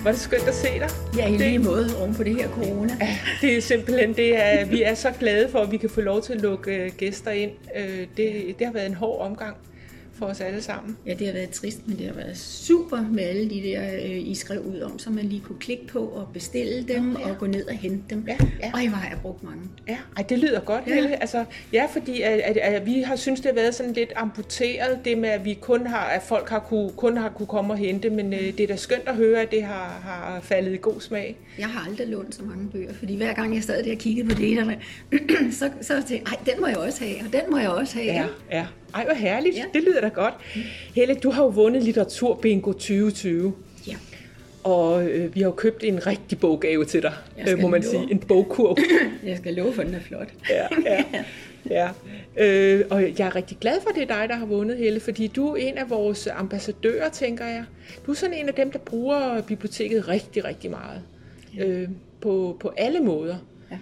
Var det skønt at se dig? Ja, i lige måde oven på det her corona. Ja, det er simpelthen vi er så glade for, at vi kan få lov til at lukke gæster ind. Det har været en hård omgang for os alle sammen. Ja, det har været trist, men det har været super med alle de der, I skrev ud om, så man lige kunne klikke på og bestille dem og gå ned og hente dem. Ja. Og hvor har jeg brugt mange. Ja, det lyder godt, Helle. Altså, ja, fordi at vi har synes det har været sådan lidt amputeret, det med, at vi at folk kun har kunne komme og hente, men det er da skønt at høre, at det har faldet i god smag. Jeg har aldrig lånt så mange bøger, fordi hver gang jeg sad der og kiggede på det, så tænkte jeg, den må jeg også have, og den må jeg også have. Ja. Ej, hvor herligt. Ja. Det lyder da godt. Helle, du har jo vundet Litteraturbingo 2020. Ja. Og vi har jo købt en rigtig boggave til dig, må man sige. En bogkurv. Jeg skal love for, den er flot. Ja. Og jeg er rigtig glad for, at det er dig, der har vundet, Helle, fordi du er en af vores ambassadører, tænker jeg. Du er sådan en af dem, der bruger biblioteket rigtig, rigtig meget. Ja. På alle måder.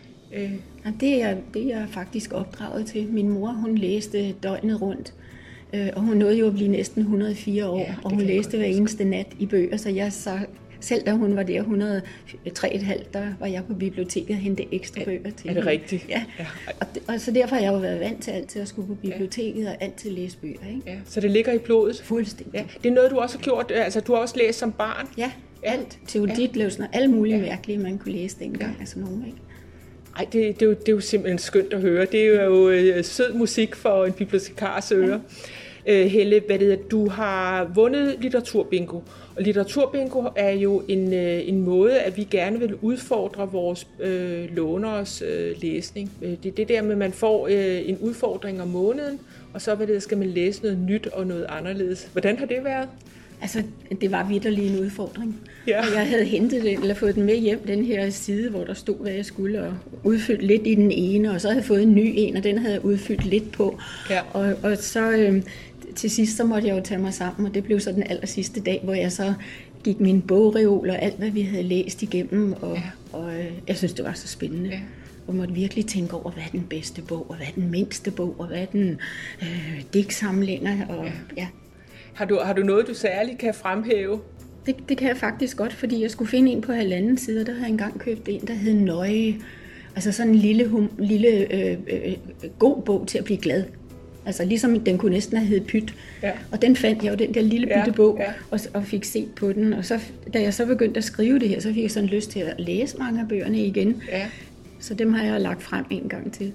Det er jeg faktisk opdraget til. Min mor, hun læste døgnet rundt, og hun nåede jo at blive næsten 104 år, og hun læste hver eneste nat i bøger, så selv da hun var der 103,5, der var jeg på biblioteket og hentede ekstra bøger til. Er det rigtigt? Ja. Og så derfor har jeg jo været vant til altid at skulle på biblioteket og altid læse bøger. Ikke? Ja. Så det ligger i blodet? Fuldstændig. Ja. Det er noget, du også har gjort, altså du har også læst som barn? Ja, alt. Theodit, alle mulige mærkelige, man kunne læse dengang, altså nogen, ikke? Ej, det er jo simpelthen skønt at høre. Det er jo sød musik for en bibliotekars øre. Helle, du har vundet Litteraturbingo. Og Litteraturbingo er jo en måde, at vi gerne vil udfordre vores låneres læsning. Det er det der med, at man får en udfordring om måneden, og så skal man læse noget nyt og noget anderledes. Hvordan har det været? Altså, det var vitterlig en udfordring. Ja. Og jeg havde hentet den, eller fået den med hjem, den her side, hvor der stod, hvad jeg skulle, og udfyldt lidt i den ene, og så havde jeg fået en ny en, og den havde jeg udfyldt lidt på. Ja. Og så til sidst, så måtte jeg jo tage mig sammen, og det blev så den aller sidste dag, hvor jeg så gik min bogreol og alt, hvad vi havde læst igennem, og jeg synes, det var så spændende. Ja. Og måtte virkelig tænke over, hvad er den bedste bog, og hvad er den mindste bog, og hvad er den digtsamlinger, og ja. Har du noget, du særligt kan fremhæve? Det kan jeg faktisk godt, fordi jeg skulle finde en på 1,5 side, og der havde jeg engang købt en, der hed Nøje. Altså sådan en lille god bog til at blive glad. Altså ligesom den kunne næsten have heddet Pyt. Ja. Og den fandt jeg jo, den der lille bitte bog, og fik set på den. Og så, da jeg så begyndte at skrive det her, så fik jeg sådan lyst til at læse mange af bøgerne igen. Ja. Så dem har jeg lagt frem en gang til.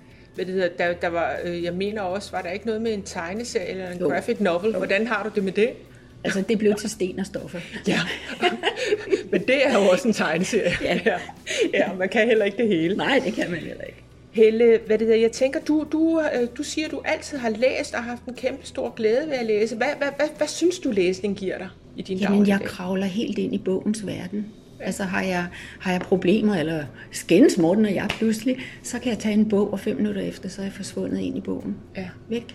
Der var, jeg mener også, var der ikke noget med en tegneserie eller en graphic novel? Hvordan har du det med det? Altså, det blev til Sten og Stoffer. Ja, men det er jo også en tegneserie. Ja, man kan heller ikke det hele. Nej, det kan man heller ikke. Helle, jeg tænker, du siger, at du altid har læst og haft en kæmpe stor glæde ved at læse. Hvad synes du, læsning giver dig i din dagligdag? Jamen, jeg kravler helt ind i bogens verden. Altså har jeg problemer, eller skændes Morten og jeg pludselig, så kan jeg tage en bog, og 5 minutter efter, så er jeg forsvundet ind i bogen. Ja. Væk.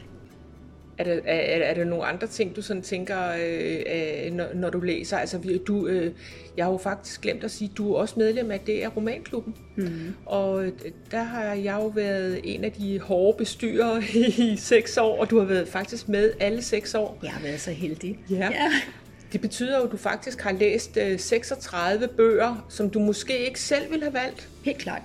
Er der nogle andre ting, du sådan tænker, når du læser? Altså, jeg har jo faktisk glemt at sige, at du er også medlem af DR Romanklubben. Mm-hmm. Og der har jeg jo været en af de hårde bestyrere i 6 år, og du har været faktisk med alle 6 år. Jeg har været så heldig. Ja. Det betyder jo, at du faktisk har læst 36 bøger, som du måske ikke selv ville have valgt. Helt klart.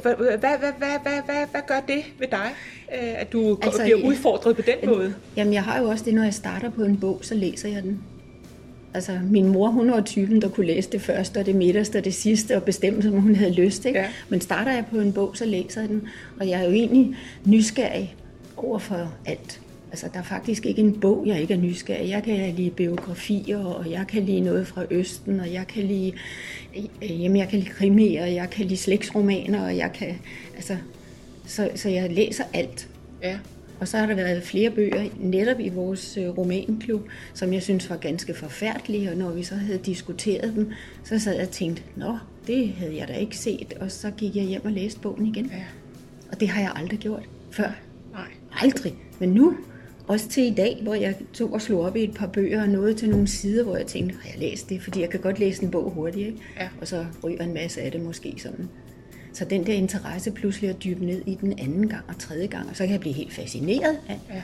Hvad gør det ved dig, at du bliver udfordret på den måde? Jamen, jeg har jo også det, når jeg starter på en bog, så læser jeg den. Altså, min mor, hun var typen, der kunne læse det første og det midterste og det sidste og bestemme, som hun havde lyst, ikke? Ja. Men starter jeg på en bog, så læser jeg den. Og jeg er jo egentlig nysgerrig over for alt. Altså, der er faktisk ikke en bog, jeg ikke er nysgerrig. Jeg kan lide biografier, og jeg kan lide noget fra Østen, og jeg kan lide krimier, og jeg kan lide slægtsromaner, og jeg kan, altså, så jeg læser alt. Ja. Og så har der været flere bøger netop i vores romanklub, som jeg synes var ganske forfærdelige, og når vi så havde diskuteret dem, så sad jeg og tænkte, det havde jeg da ikke set, og så gik jeg hjem og læste bogen igen. Ja. Og det har jeg aldrig gjort før. Nej. Aldrig. Men nu, også til i dag, hvor jeg tog og slog op i et par bøger og nåede til nogle sider, hvor jeg tænkte, har jeg læst det? Fordi jeg kan godt læse en bog hurtigt, ikke? Ja. Og så ryger en masse af det måske sådan. Så den der interesse pludselig at dybe ned i den anden gang og tredje gang, og så kan jeg blive helt fascineret af. Ja.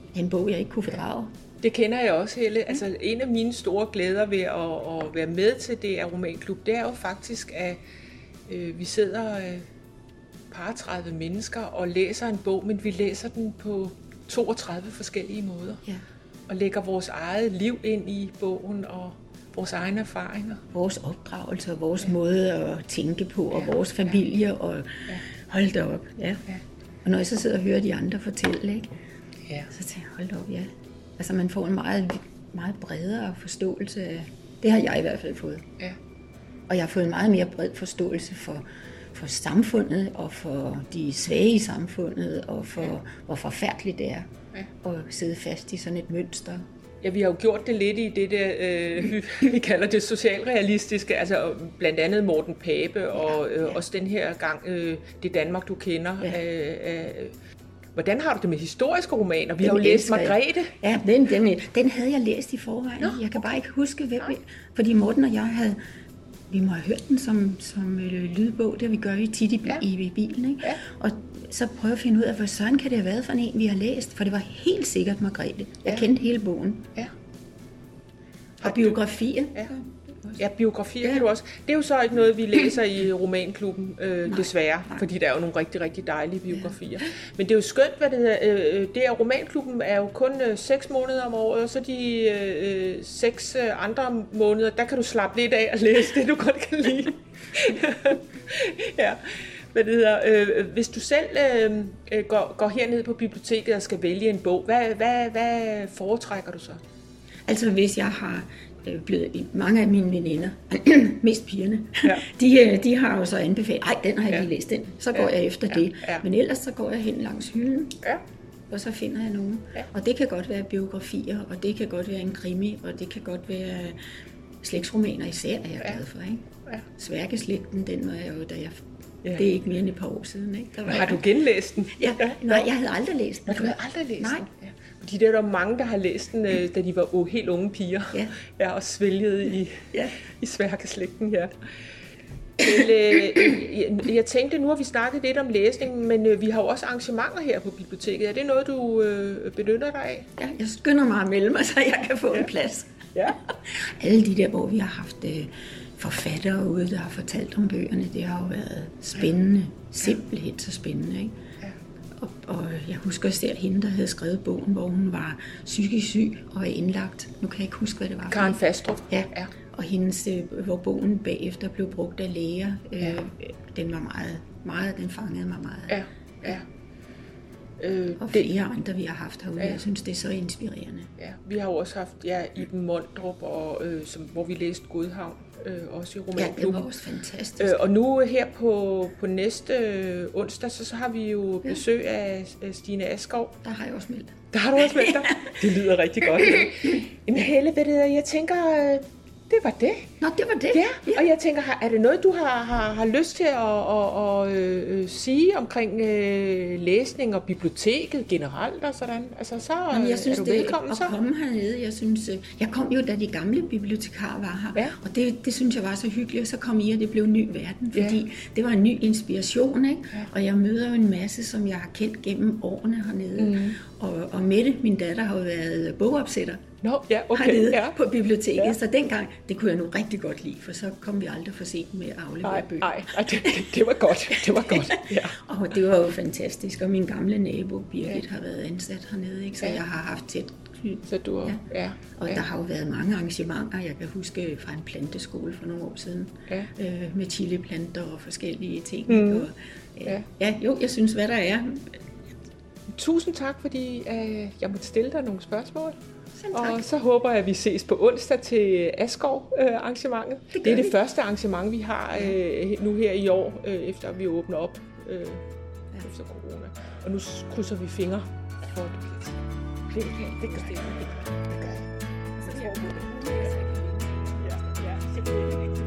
En bog, jeg ikke kunne fordrage. Det kender jeg også, Helle. Altså, en af mine store glæder ved at være med til det af Romanklub, det er jo faktisk, at vi sidder par 30 mennesker og læser en bog, men vi læser den på 32 forskellige måder. Ja. Og lægger vores eget liv ind i bogen og vores egne erfaringer. Vores opdragelse og vores måde at tænke på, og vores familie, og hold da op. Ja. Og når jeg så sidder og hører de andre fortælle, ikke? Ja. Så tænker jeg, hold da op, ja. Altså man får en meget, meget bredere forståelse af, det har jeg i hvert fald fået. Ja. Og jeg har fået en meget mere bred forståelse for samfundet, og for de svage i samfundet, og for hvor forfærdeligt det er at sidde fast i sådan et mønster. Ja, vi har jo gjort det lidt i det der, vi kalder det socialrealistiske, altså blandt andet Morten Pape, og også den her gang, Det Danmark, du kender. Hvordan har du det med historiske romaner? Vi har jo læst Margrethe. Ja, den havde jeg læst i forvejen. Jeg kan bare ikke huske, hvem fordi Morten og jeg vi må have hørt den som lydbog, det vi gør tit i bilen, ikke? Ja. Og så prøve at finde ud af, hvor sådan kan det have været for en, vi har læst, for det var helt sikkert Margrethe. Jeg kendte hele bogen. Ja. Og biografier. Ja, biografier kan du også. Det er jo så ikke noget, vi læser i Romanklubben, desværre, fordi der er jo nogle rigtig, rigtig dejlige biografier. Men det er jo skønt, hvad det hedder. Det er Romanklubben er jo kun 6 måneder om året, og så de 6 andre måneder, der kan du slappe lidt af og læse det, du godt kan lide. Ja. Hvad det hedder. Hvis du selv går herned på biblioteket og skal vælge en bog, hvad foretrækker du så? Altså hvis jeg har mange af mine veninder, mest pigerne, de har jo så anbefalet, den har jeg lige læst, den. Så går jeg efter det. Men ellers så går jeg hen langs hylden, og så finder jeg nogen. Og det kan godt være biografier, og det kan godt være en krimi, og det kan godt være slægtsromaner især, er jeg glad for. Ikke? Ja. Sværkeslægten, den var jeg jo, det er ikke mere end et par år siden. Ikke? Har du genlæst den? Ja. Nej, jeg havde aldrig læst den. Du havde aldrig læst den? Ja. Fordi der er der mange, der har læst den, da de var helt unge piger, og svælgede i Sværkeslægten. Ja. Jeg tænkte, nu har vi snakket lidt om læsning, men vi har jo også arrangementer her på biblioteket. Er det noget, du benytter dig af? Ja, jeg skynder mig at melde mig, så jeg kan få en plads. Ja. Alle de der, hvor vi har haft forfattere ude, der har fortalt om bøgerne, det har jo været spændende. Simpelthen så spændende, ikke? Og jeg husker også hende, der havde skrevet bogen, hvor hun var psykisk syg og er indlagt. Nu kan jeg ikke huske, hvad det var. Karen Fastrup. Ja. Og hendes, hvor bogen bagefter blev brugt af læger, den var meget, den fangede mig meget. Ja. Og flere andre, vi har haft herude. Jeg synes, det er så inspirerende. Ja, vi har jo også haft Iben Mondrup, hvor vi læste Godhavn, også i Romanklubben. Ja, det var også fantastisk. Og nu her på næste onsdag, så har vi jo besøg af Stine Askov. Der har jeg også meldt. Der har du også meldt dig? Det lyder rigtig godt. En Helle, jeg tænker... Det var det. Nå, det var det. Ja. Og jeg tænker, er det noget, du har lyst til at sige omkring læsning og biblioteket generelt og sådan? Altså, så jeg synes, er du velkommen så. At komme hernede, jeg kom jo, da de gamle bibliotekarer var her, og det synes jeg var så hyggeligt, og så kom I, og det blev en ny verden, fordi det var en ny inspiration, ikke? Ja. Og jeg møder jo en masse, som jeg har kendt gennem årene hernede. Og Mette, min datter, har jo været bogopsætter. Hernede på biblioteket, så dengang, det kunne jeg nu rigtig godt lide, for så kom vi aldrig for sent med at aflevere bøger. Nej, det var godt, det var godt. Ja. Og det var jo fantastisk, og min gamle nabo, Birgit, har været ansat hernede, ikke? Så jeg har haft tæt knyt. Så du og der har jo været mange arrangementer, jeg kan huske fra en planteskole for nogle år siden, med chileplanter og forskellige ting. Og, jeg synes, hvad der er. Tusind tak, fordi jeg måtte stille dig nogle spørgsmål. Og så håber jeg, at vi ses på onsdag til Askov-arrangementet. Det er det første arrangement, vi har nu her i år, efter vi åbner op efter corona. Og nu krydser vi fingre for det. Det gør jeg. Så tror jeg på det. Ja, det er rigtig